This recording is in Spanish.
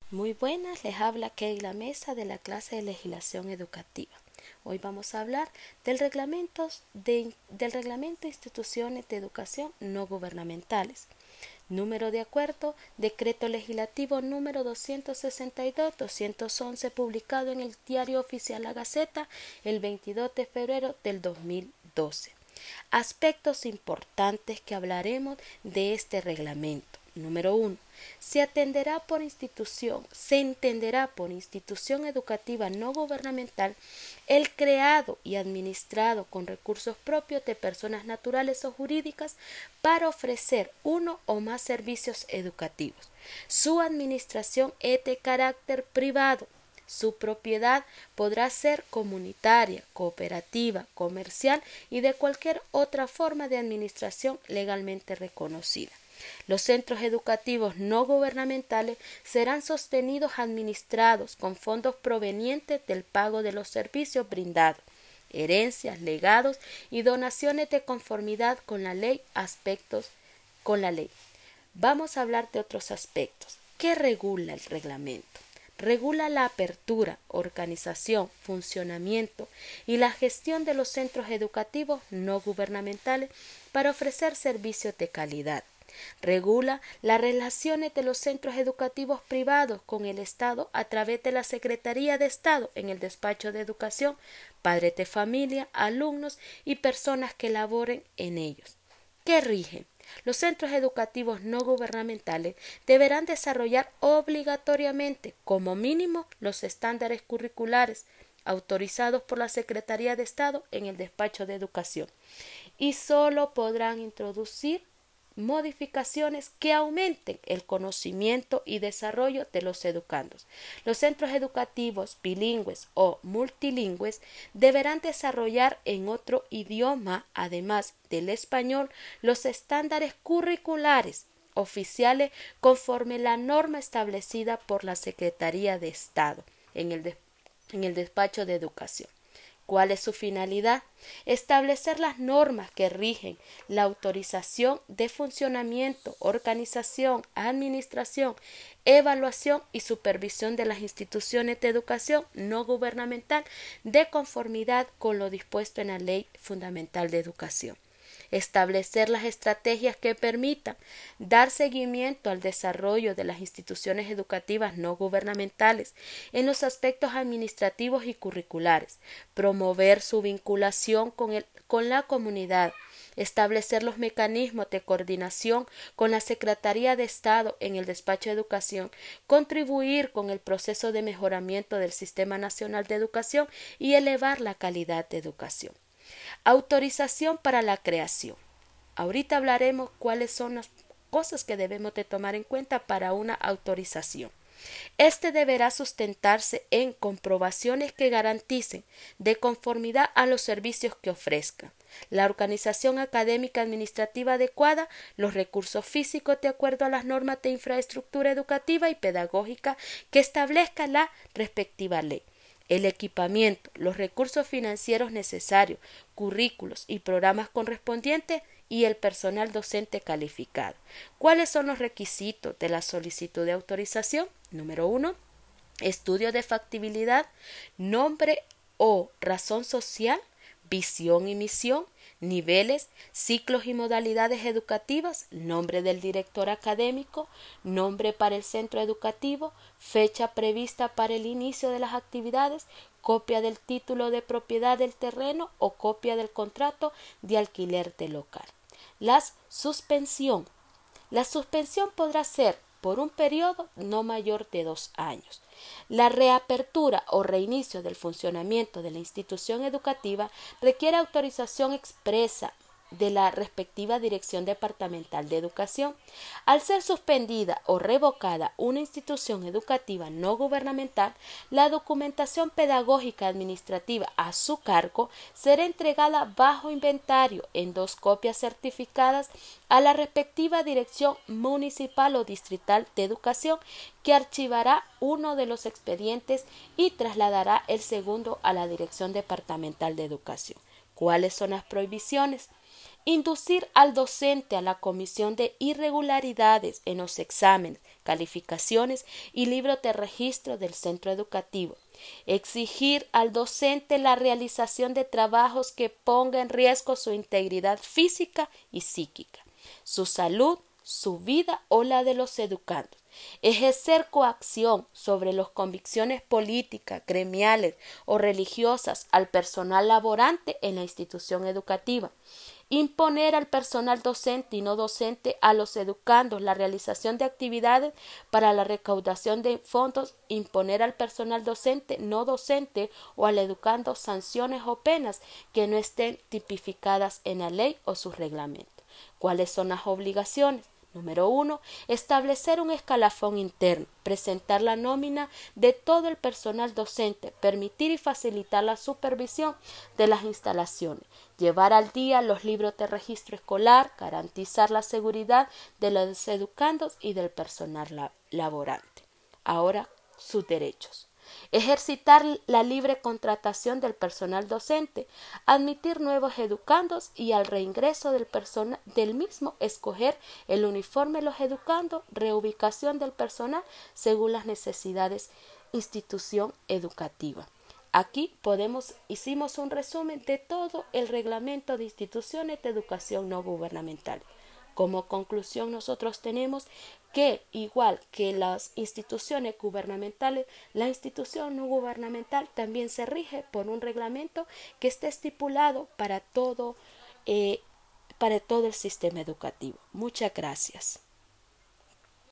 Muy buenas, les habla Keila Mesa de la clase de legislación educativa. Hoy vamos a hablar del reglamento de instituciones de educación no gubernamentales. Número de acuerdo, decreto legislativo número 262-211 publicado en el Diario Oficial La Gaceta el 22 de febrero del 2012. Aspectos importantes que hablaremos de este reglamento. Número 1. Se entenderá por institución educativa no gubernamental el creado y administrado con recursos propios de personas naturales o jurídicas para ofrecer uno o más servicios educativos. Su administración es de carácter privado. Su propiedad podrá ser comunitaria, cooperativa, comercial y de cualquier otra forma de administración legalmente reconocida. Los centros educativos no gubernamentales serán sostenidos administrados con fondos provenientes del pago de los servicios brindados, herencias, legados y donaciones de conformidad con la ley. Vamos a hablar de otros aspectos. ¿Qué regula el reglamento? Regula la apertura, organización, funcionamiento y la gestión de los centros educativos no gubernamentales para ofrecer servicios de calidad. Regula las relaciones de los centros educativos privados con el Estado a través de la Secretaría de Estado en el despacho de educación, padres de familia, alumnos y personas que laboren en ellos. ¿Qué rige? Los centros educativos no gubernamentales deberán desarrollar obligatoriamente, como mínimo, los estándares curriculares autorizados por la Secretaría de Estado en el despacho de educación y solo podrán introducir modificaciones que aumenten el conocimiento y desarrollo de los educandos. Los centros educativos bilingües o multilingües deberán desarrollar en otro idioma, además del español, los estándares curriculares oficiales conforme la norma establecida por la Secretaría de Estado en el despacho de educación. ¿Cuál es su finalidad? Establecer las normas que rigen la autorización de funcionamiento, organización, administración, evaluación y supervisión de las instituciones de educación no gubernamental de conformidad con lo dispuesto en la Ley Fundamental de Educación. Establecer las estrategias que permitan dar seguimiento al desarrollo de las instituciones educativas no gubernamentales en los aspectos administrativos y curriculares, promover su vinculación con la comunidad, establecer los mecanismos de coordinación con la Secretaría de Estado en el despacho de educación, contribuir con el proceso de mejoramiento del Sistema Nacional de Educación y elevar la calidad de educación. Autorización para la creación. Ahorita hablaremos cuáles son las cosas que debemos de tomar en cuenta para una autorización. Este deberá sustentarse en comprobaciones que garanticen de conformidad a los servicios que ofrezcan, la organización académica administrativa adecuada, los recursos físicos de acuerdo a las normas de infraestructura educativa y pedagógica que establezca la respectiva ley, el equipamiento, los recursos financieros necesarios, currículos y programas correspondientes y el personal docente calificado. ¿Cuáles son los requisitos de la solicitud de autorización? Número 1. Estudio de factibilidad, nombre o razón social, visión y misión, niveles, ciclos y modalidades educativas, nombre del director académico, nombre para el centro educativo, fecha prevista para el inicio de las actividades, copia del título de propiedad del terreno o copia del contrato de alquiler del local. La suspensión podrá ser por un periodo no mayor de 2 años. La reapertura o reinicio del funcionamiento de la institución educativa requiere autorización expresa de la respectiva Dirección Departamental de Educación. Al ser suspendida o revocada una institución educativa no gubernamental, la documentación pedagógica administrativa a su cargo será entregada bajo inventario en 2 copias certificadas a la respectiva Dirección Municipal o Distrital de Educación, que archivará uno de los expedientes y trasladará el segundo a la Dirección Departamental de Educación. ¿Cuáles son las prohibiciones? Inducir al docente a la comisión de irregularidades en los exámenes, calificaciones y libros de registro del centro educativo. Exigir al docente la realización de trabajos que pongan en riesgo su integridad física y psíquica, su salud, su vida o la de los educandos. Ejercer coacción sobre las convicciones políticas, gremiales o religiosas al personal laborante en la institución educativa. Imponer al personal docente y no docente a los educandos la realización de actividades para la recaudación de fondos. Imponer al personal docente, no docente o al educando sanciones o penas que no estén tipificadas en la ley o sus reglamentos. ¿Cuáles son las obligaciones? Número 1. Establecer un escalafón interno, presentar la nómina de todo el personal docente, permitir y facilitar la supervisión de las instalaciones, llevar al día los libros de registro escolar, garantizar la seguridad de los educandos y del personal laborante. Ahora, sus derechos. Ejercitar la libre contratación del personal docente, admitir nuevos educandos y al reingreso del mismo escoger el uniforme de los educandos, reubicación del personal según las necesidades institución educativa. Aquí hicimos un resumen de todo el reglamento de instituciones de educación no gubernamental. Como conclusión, nosotros tenemos que, igual que las instituciones gubernamentales, la institución no gubernamental también se rige por un reglamento que esté estipulado para todo el sistema educativo. Muchas gracias.